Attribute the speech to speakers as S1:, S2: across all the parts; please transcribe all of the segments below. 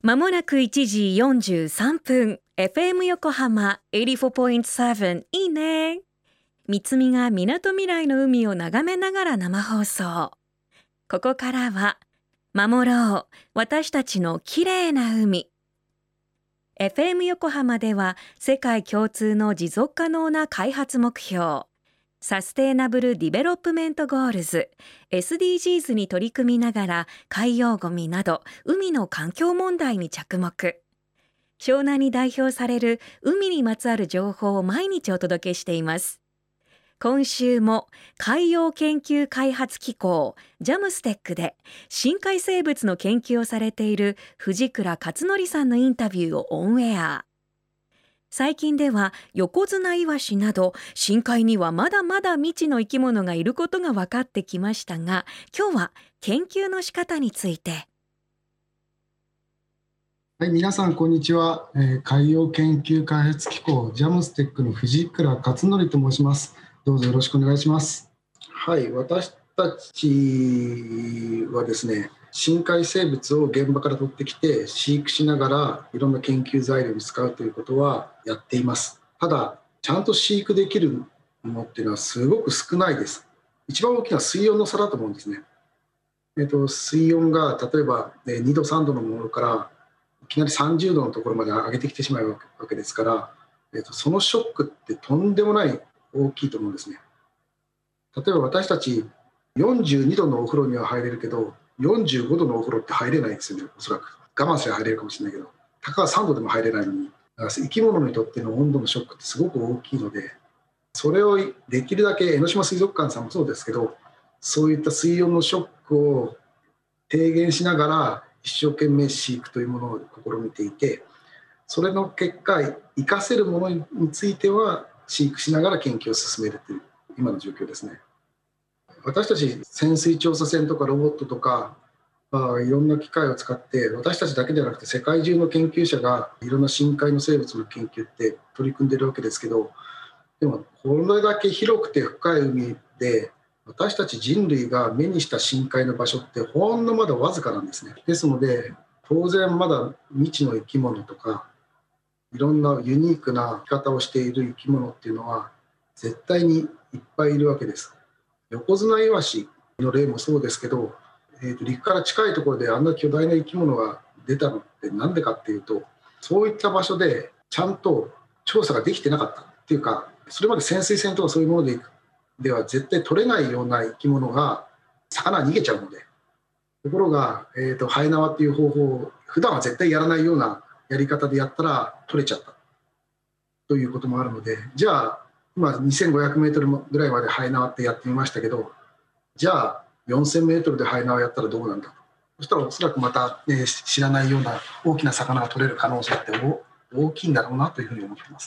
S1: まもなく1時43分 FM 横浜 84.7 いいね。三つみがみなとみらいの海を眺めながら生放送。ここからは守ろう私たちのきれいな海。 FM 横浜では世界共通の持続可能な開発目標サステイナブルディベロップメントゴールズ SDGs に取り組みながら海洋ゴミなど海の環境問題に着目。湘南に代表される海にまつわる情報を毎日お届けしています。今週も海洋研究開発機構ジャムステックで深海生物の研究をされている藤倉勝則さんのインタビューをオンエア。最近では横綱イワシなど深海にはまだまだ未知の生き物がいることが分かってきましたが、今日は研究の仕方について。
S2: はい、皆さんこんにちは。海洋研究開発機構ジャムステックの藤倉勝則と申します。どうぞよろしくお願いします。はい、私たちはですね、深海生物を現場から取ってきて飼育しながらいろんな研究材料に使うということはやっています。ただちゃんと飼育できるものっていうのはすごく少ないです。一番大きな水温の差だと思うんですね。水温が例えば2度3度のものからいきなり30度のところまで上げてきてしまうわけですから、そのショックってとんでもない大きいと思うんですね。例えば私たち42度のお風呂には入れるけど45度のお風呂って入れないんですよね。おそらく我慢すれば入れるかもしれないけど、たかが3度でも入れないのに、だから生き物にとっての温度のショックってすごく大きいので、それをできるだけ江ノ島水族館さんもそうですけど、そういった水温のショックを低減しながら一生懸命飼育というものを試みていて、それの結果生かせるものについては飼育しながら研究を進めるという今の状況ですね。私たち潜水調査船とかロボットとか、いろんな機械を使って私たちだけじゃなくて世界中の研究者がいろんな深海の生物の研究って取り組んでいるわけですけど、でもこれだけ広くて深い海で私たち人類が目にした深海の場所ってほんのまだわずかなんですね。ですので当然まだ未知の生き物とかいろんなユニークな生き方をしている生き物っていうのは絶対にいっぱいいるわけです。横綱イワシの例もそうですけど、陸から近いところであんな巨大な生き物が出たのってなんでかっていうと、そういった場所でちゃんと調査ができてなかったっていうか、それまで潜水船とかそういうものでは絶対取れないような生き物が魚は逃げちゃうので、ところが、ハエ縄っていう方法を普段は絶対やらないようなやり方でやったら取れちゃったということもあるので、じゃあ今2500メートルぐらいまでハエ縄ってやってみましたけど、じゃあ4000メートルでハエ縄やったらどうなんだと。そしたらおそらくまた、知らないような大きな魚が取れる可能性って大きいんだろうなというふうに思っています。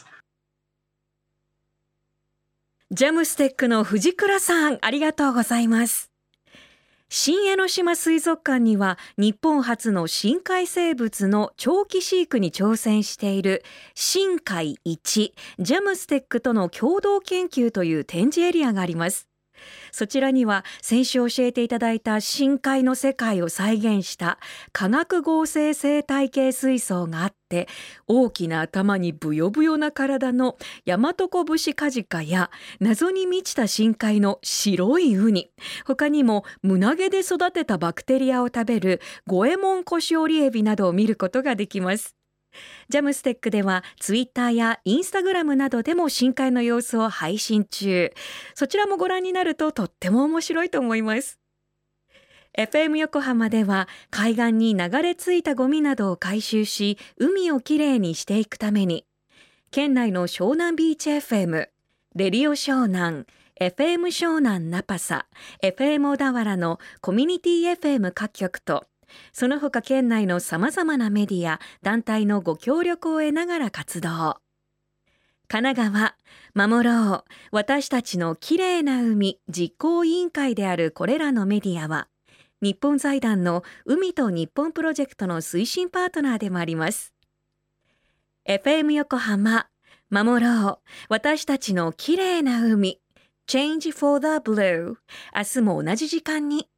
S1: ジャムステックの藤倉さん、ありがとうございます。新江ノ島水族館には日本初の深海生物の長期飼育に挑戦している深海1ジャムステックとの共同研究という展示エリアがあります。そちらには先週教えていただいた深海の世界を再現した化学合成生態系水槽があって、大きな頭にブヨブヨな体のヤマトコブシカジカや謎に満ちた深海の白いウニ、他にも胸毛で育てたバクテリアを食べるゴエモンコシオリエビなどを見ることができます。ジャムステックではツイッターやインスタグラムなどでも深海の様子を配信中。そちらもご覧になるととっても面白いと思います。FM 横浜では海岸に流れ着いたゴミなどを回収し海をきれいにしていくために、県内の湘南ビーチ FM、レディオ湘南、FM 湘南ナパサ、FM 小田原のコミュニティ FM 各局とその他県内のさまざまなメディア、団体のご協力を得ながら活動。神奈川、守ろう私たちのきれいな海実行委員会であるこれらのメディアは、日本財団の海と日本プロジェクトの推進パートナーでもあります。FM 横浜、守ろう私たちのきれいな海 Change for the Blue、 明日も同じ時間に